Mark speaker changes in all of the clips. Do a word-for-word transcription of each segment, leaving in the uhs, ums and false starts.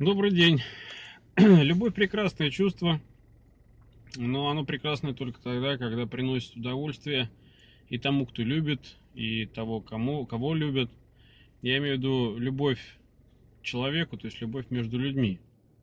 Speaker 1: Добрый день. Любовь прекрасное чувство, но оно прекрасное только тогда, когда приносит удовольствие и тому, кто любит, и того, кому, кого любят. Я имею в виду любовь к человеку, то есть любовь между людьми.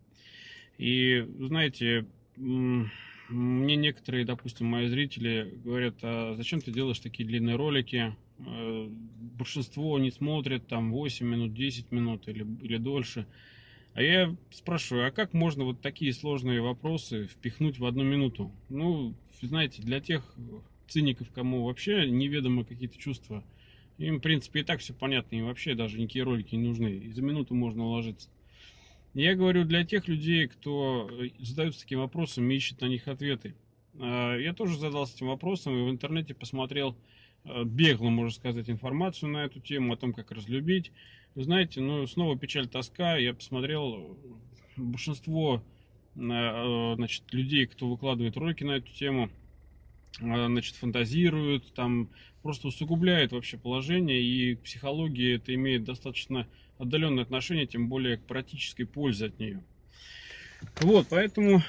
Speaker 1: И, знаете, м, мне некоторые, допустим, мои зрители говорят: а зачем ты делаешь такие длинные ролики? Э, Большинство не смотрят там восемь минут, десять минут или, или дольше. А я спрашиваю, а как можно вот такие сложные вопросы впихнуть в одну минуту? Ну, знаете, для тех циников, кому вообще неведомы какие-то чувства, им, в принципе, и так все понятно, им вообще даже никакие ролики не нужны, и за минуту можно уложиться. Я говорю для тех людей, кто э, задается таким вопросом и ищет на них ответы. А, Я тоже задался этим вопросом и в интернете посмотрел э, бегло, можно сказать, информацию на эту тему, о том, как разлюбить. Вы знаете, ну, снова печаль, тоска. Я посмотрел э, большинство э, э, значит, людей, кто выкладывает ролики на эту тему, э, значит, фантазируют, там просто усугубляет вообще положение, и к психологии это имеет достаточно отдаленное отношение, тем более к практической пользе от нее. Вот, поэтому,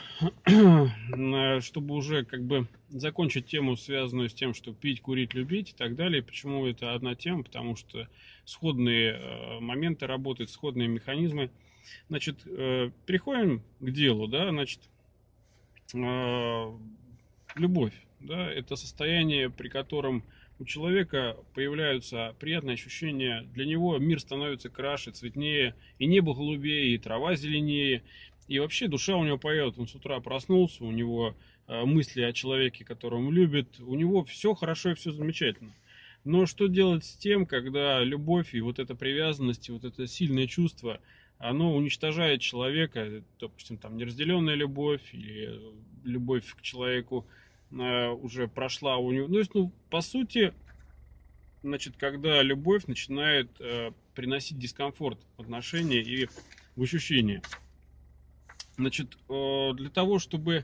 Speaker 1: чтобы уже как бы закончить тему, связанную с тем, что пить, курить, любить и так далее, почему это одна тема, потому что сходные э, моменты работают, сходные механизмы. Значит, э, переходим к делу, да, значит, э, любовь, да, это состояние, при котором у человека появляются приятные ощущения, для него мир становится краше, цветнее, и небо голубее, и трава зеленее, и вообще душа у него поет, он с утра проснулся, у него э, мысли о человеке, которого он любит, у него все хорошо и все замечательно. Но что делать с тем, когда любовь и вот эта привязанность, и вот это сильное чувство, оно уничтожает человека, допустим, там неразделенная любовь или любовь к человеку э, уже прошла у него. Ну, то есть, ну, по сути, значит, когда любовь начинает э, приносить дискомфорт в отношения и в ощущения. Значит, э, для того, чтобы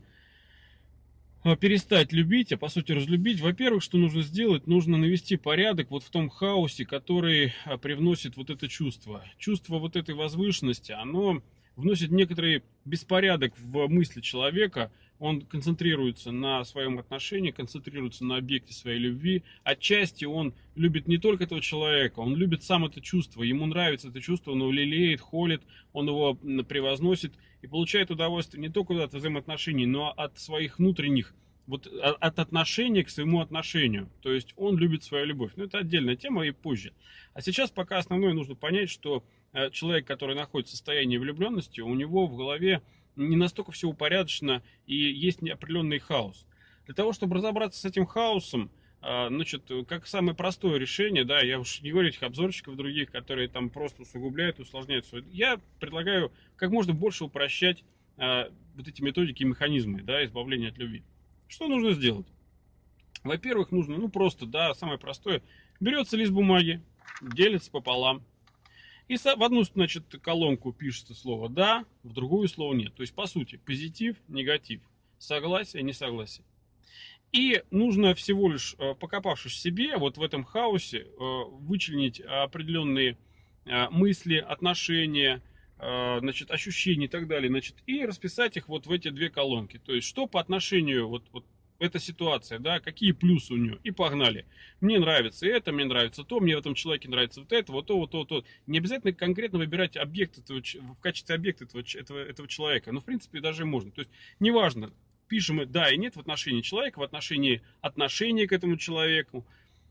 Speaker 1: перестать любить, а по сути разлюбить, во-первых, что нужно сделать, нужно навести порядок вот в том хаосе, который привносит вот это чувство. Чувство вот этой возвышенности, оно вносит некоторый беспорядок в мысли человека, он концентрируется на своем отношении, концентрируется на объекте своей любви. Отчасти он любит не только этого человека, он любит сам это чувство, ему нравится это чувство, он его лелеет, холит, он его превозносит и получает удовольствие не только от взаимоотношений, но от своих внутренних, вот от отношения к своему отношению. То есть он любит свою любовь. Но это отдельная тема и позже. А сейчас пока основное нужно понять, что человек, который находится в состоянии влюбленности, у него в голове не настолько все упорядочено и есть определенный хаос. Для того, чтобы разобраться с этим хаосом, значит, как самое простое решение, да, я уж не говорю этих обзорщиков других, которые там просто усугубляют, усложняют все. Я предлагаю как можно больше упрощать а, вот эти методики и механизмы, да, избавления от любви. Что нужно сделать? Во-первых, нужно, ну просто, да, самое простое, берется лист бумаги, делится пополам, и в одну, значит, колонку пишется слово «да», в другую слово «нет». То есть, по сути, позитив, негатив, согласие, несогласие. И нужно всего лишь, покопавшись в себе, вот в этом хаосе, вычленить определенные мысли, отношения, значит, ощущения и так далее, значит, и расписать их вот в эти две колонки. То есть, что по отношению вот, вот эта ситуация, да, какие плюсы у нее, и погнали. Мне нравится это, мне нравится то, мне в этом человеке нравится вот это, вот то, вот то, вот то. Не обязательно конкретно выбирать объект этого, в качестве объекта этого, этого, этого человека, но в принципе даже можно. То есть, неважно, пишем мы да и нет в отношении человека, в отношении отношения к этому человеку.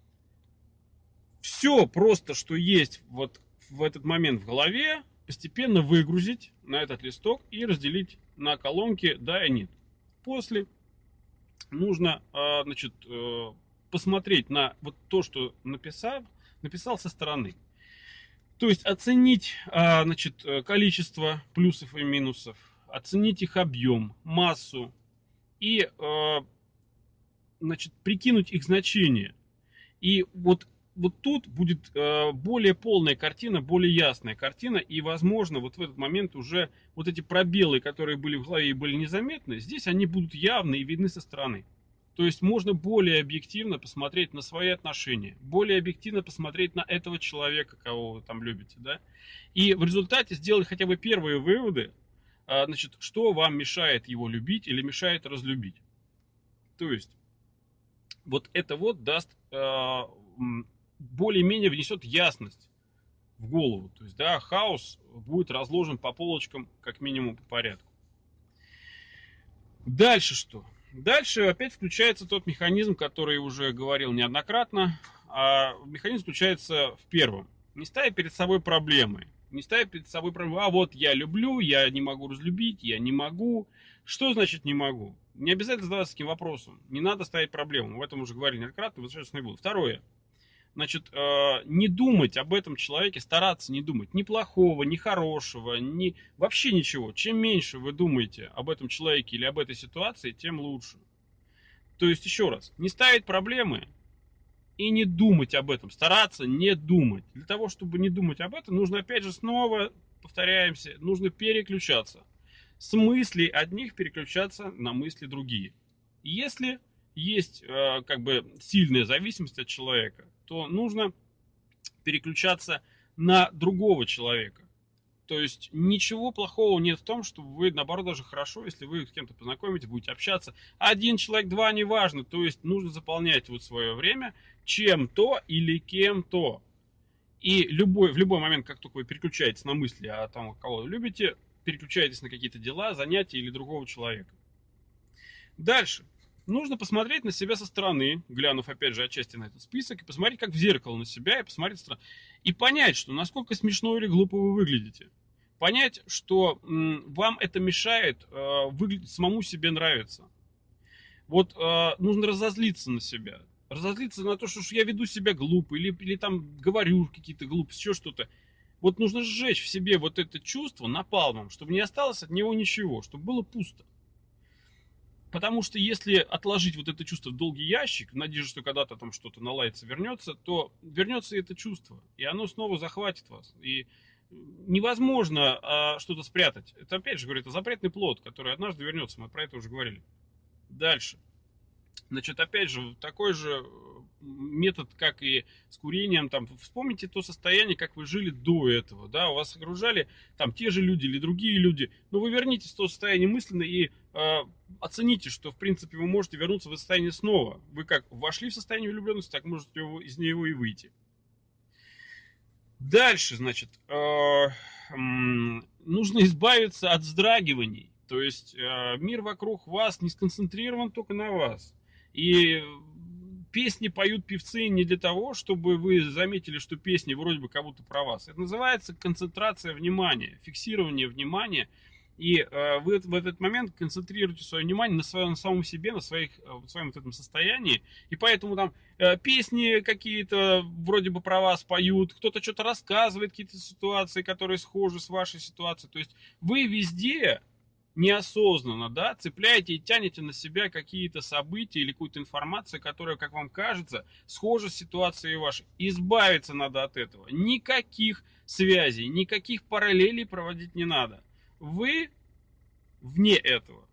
Speaker 1: Все просто, что есть вот в этот момент в голове, постепенно выгрузить на этот листок и разделить на колонки да и нет. После нужно, значит, посмотреть на вот то, что написал, написал со стороны. То есть оценить, значит, количество плюсов и минусов, оценить их объем, массу и, значит, прикинуть их значение. И вот, вот тут будет более полная картина, более ясная картина, и, возможно, вот в этот момент уже вот эти пробелы, которые были в голове и были незаметны, здесь они будут явны и видны со стороны. То есть можно более объективно посмотреть на свои отношения, более объективно посмотреть на этого человека, кого вы там любите, да, и в результате сделать хотя бы первые выводы, а, значит, что вам мешает его любить или мешает разлюбить. То есть вот это вот даст, а, более-менее внесет ясность в голову. То есть, да, хаос будет разложен по полочкам, как минимум по порядку. Дальше что? Дальше опять включается тот механизм, который уже говорил неоднократно. А механизм включается в первом. Не ставя перед собой проблемы. Не ставя перед собой проблемы. А вот я люблю, я не могу разлюбить, я не могу. Что значит не могу? Не обязательно задаваться таким вопросом. Не надо ставить проблему. В этом уже говорили неоднократно, возвращаться не буду. Второе. Значит, не думать об этом человеке, стараться не думать ни плохого, ни хорошего, ни вообще ничего. Чем меньше вы думаете об этом человеке или об этой ситуации, тем лучше. То есть, еще раз, не ставить проблемы и не думать об этом, стараться не думать. Для того, чтобы не думать об этом, нужно опять же снова, повторяемся, нужно переключаться. С мыслей одних переключаться на мысли другие. Если есть э, как бы сильная зависимость от человека, то нужно переключаться на другого человека. То есть ничего плохого нет в том, что вы, наоборот, даже хорошо, если вы с кем-то познакомитесь, будете общаться. Один человек, два, неважно. То есть нужно заполнять вот свое время чем-то или кем-то. И любой, в любой момент, как только вы переключаетесь на мысли о том, кого вы любите, переключаетесь на какие-то дела, занятия или другого человека. Дальше. Нужно посмотреть на себя со стороны, глянув опять же отчасти на этот список, и посмотреть как в зеркало на себя, и посмотреть со стороны. И понять, что насколько смешно или глупо вы выглядите. Понять, что м, вам это мешает э, выглядеть, самому себе нравится. Вот э, нужно разозлиться на себя. Разозлиться на то, что я веду себя глупо, или, или там говорю какие-то глупости, еще что-то. Вот нужно сжечь в себе вот это чувство напалмом, чтобы не осталось от него ничего, чтобы было пусто. Потому что если отложить вот это чувство в долгий ящик, в надежде, что когда-то там что-то наладится, вернется, то вернется это чувство, и оно снова захватит вас. И невозможно а, что-то спрятать. Это, опять же, говорю, это запретный плод, который однажды вернется, мы про это уже говорили. Дальше. Значит, опять же, такой же метод, как и с курением. Там, вспомните то состояние, как вы жили до этого. Да? У вас окружали там те же люди или другие люди. Но вы вернитесь в то состояние мысленно и э, оцените, что, в принципе, вы можете вернуться в это состояние снова. Вы как вошли в состояние влюбленности, так можете из него и выйти. Дальше, значит, э, э, нужно избавиться от вздрагиваний. То есть э, мир вокруг вас не сконцентрирован только на вас. И песни поют певцы не для того, чтобы вы заметили, что песни вроде бы как будто про вас. Это называется концентрация внимания, фиксирование внимания. И э, вы в этот момент концентрируете свое внимание на, своем, на самом себе, на своих, в своем вот этом состоянии. И поэтому там э, песни какие-то вроде бы про вас поют, кто-то что-то рассказывает, какие-то ситуации, которые схожи с вашей ситуацией. То есть вы везде неосознанно, да, цепляете и тянете на себя какие-то события или какую-то информацию, которая, как вам кажется, схожа с ситуацией вашей. Избавиться надо от этого. Никаких связей, никаких параллелей проводить не надо. Вы вне этого.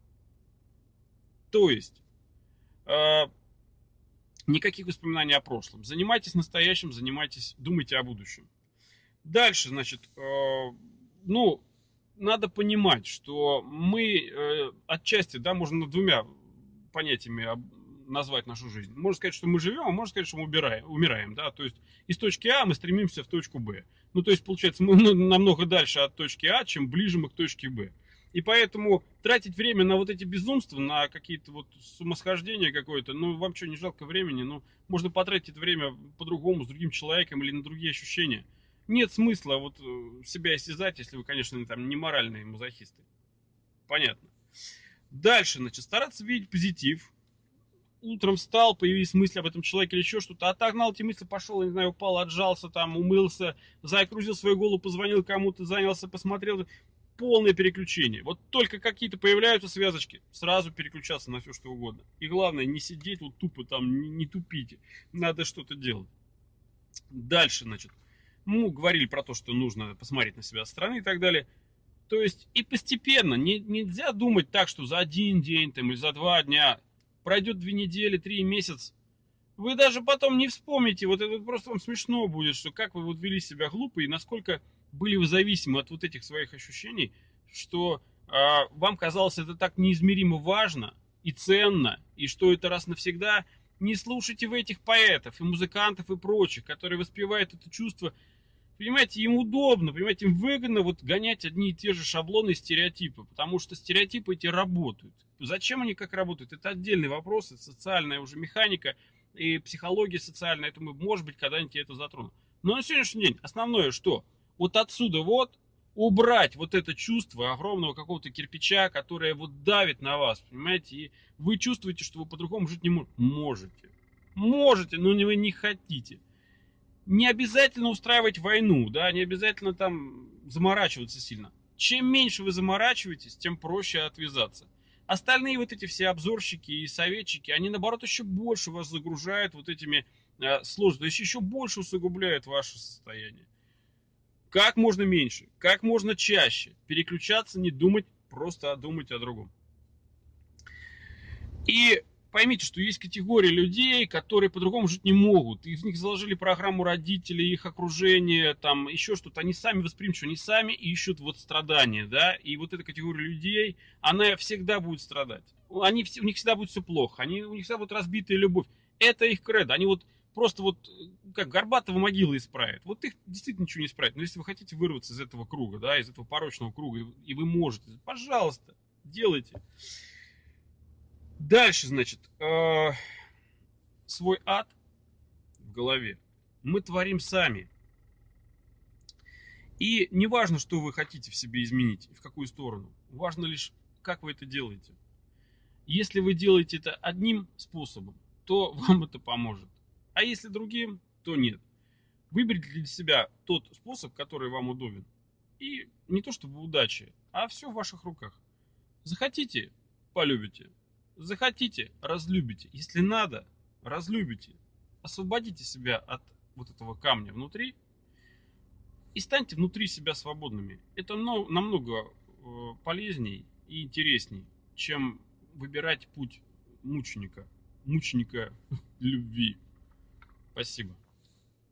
Speaker 1: То есть, э, никаких воспоминаний о прошлом. Занимайтесь настоящим, занимайтесь, думайте о будущем. Дальше, значит, э, ну, надо понимать, что мы э, отчасти, да, можно двумя понятиями назвать нашу жизнь. Можно сказать, что мы живем, а можно сказать, что мы убираем, умираем, да, то есть из точки А мы стремимся в точку Б. Ну, то есть, получается, мы намного дальше от точки А, чем ближе мы к точке Б. И поэтому тратить время на вот эти безумства, на какие-то вот сумасхождения какое-то, ну, вам что, не жалко времени? Ну, можно потратить это время по-другому, с другим человеком или на другие ощущения. Нет смысла вот себя истязать, если вы, конечно, там не моральные мазохисты. Понятно. Дальше, значит, стараться видеть позитив. Утром встал, появились мысли об этом человеке или еще что-то, отогнал эти мысли, пошел, я не знаю, упал, отжался, там, умылся, закрутил свою голову, позвонил кому-то, занялся, посмотрел. Полное переключение. Вот только какие-то появляются связочки, сразу переключаться на все, что угодно. И главное, не сидеть вот тупо там, не, не тупите. Надо что-то делать. Дальше, значит, мы говорили про то, что нужно посмотреть на себя со стороны и так далее. То есть и постепенно, не, нельзя думать так, что за один день там, или за два дня. пройдет две недели, три месяца, вы даже потом не вспомните, вот это просто вам смешно будет, что как вы вот вели себя глупо и насколько были вы зависимы от вот этих своих ощущений, что э, вам казалось это так неизмеримо важно и ценно, и что это раз навсегда. Не слушайте вы этих поэтов и музыкантов и прочих, которые воспевают это чувство. Понимаете, им удобно, понимаете, им выгодно вот гонять одни и те же шаблоны и стереотипы, потому что стереотипы эти работают. Зачем они как работают? Это отдельный вопрос, это социальная уже механика и психология социальная, это мы, может быть, когда-нибудь это затронем. Но на сегодняшний день основное что? Вот отсюда вот убрать вот это чувство огромного какого-то кирпича, которое вот давит на вас, понимаете, и вы чувствуете, что вы по-другому жить не можете. Можете. Можете, но вы не хотите. Не обязательно устраивать войну, да, не обязательно там заморачиваться сильно. Чем меньше вы заморачиваетесь, тем проще отвязаться. Остальные вот эти все обзорщики и советчики, они наоборот еще больше вас загружают вот этими э, сложностями, то есть еще больше усугубляют ваше состояние. Как можно меньше, как можно чаще переключаться, не думать, просто думать о другом. И поймите, что есть категория людей, которые по-другому жить не могут. Из них заложили программу родители, их окружение, там еще что-то. Они сами восприимчивы, они сами ищут вот страдания, да. И вот эта категория людей, она всегда будет страдать. Они, у них всегда будет все плохо, они, у них всегда будет разбитая любовь. Это их кредо. Они вот просто вот как Горбатова могила исправят. Вот их действительно ничего не исправит. Но если вы хотите вырваться из этого круга, да, из этого порочного круга, и вы можете, пожалуйста, делайте. Дальше, значит, э, свой ад в голове мы творим сами. И не важно, что вы хотите в себе изменить и в какую сторону. Важно лишь, как вы это делаете. Если вы делаете это одним способом, то вам это поможет. А если другим, то нет. Выберите для себя тот способ, который вам удобен. И не то чтобы удачи, а все в ваших руках. Захотите, полюбите. Захотите, разлюбите. Если надо, разлюбите. Освободите себя от вот этого камня внутри и станьте внутри себя свободными. Это намного полезней и интересней, чем выбирать путь мученика, мученика любви. Спасибо.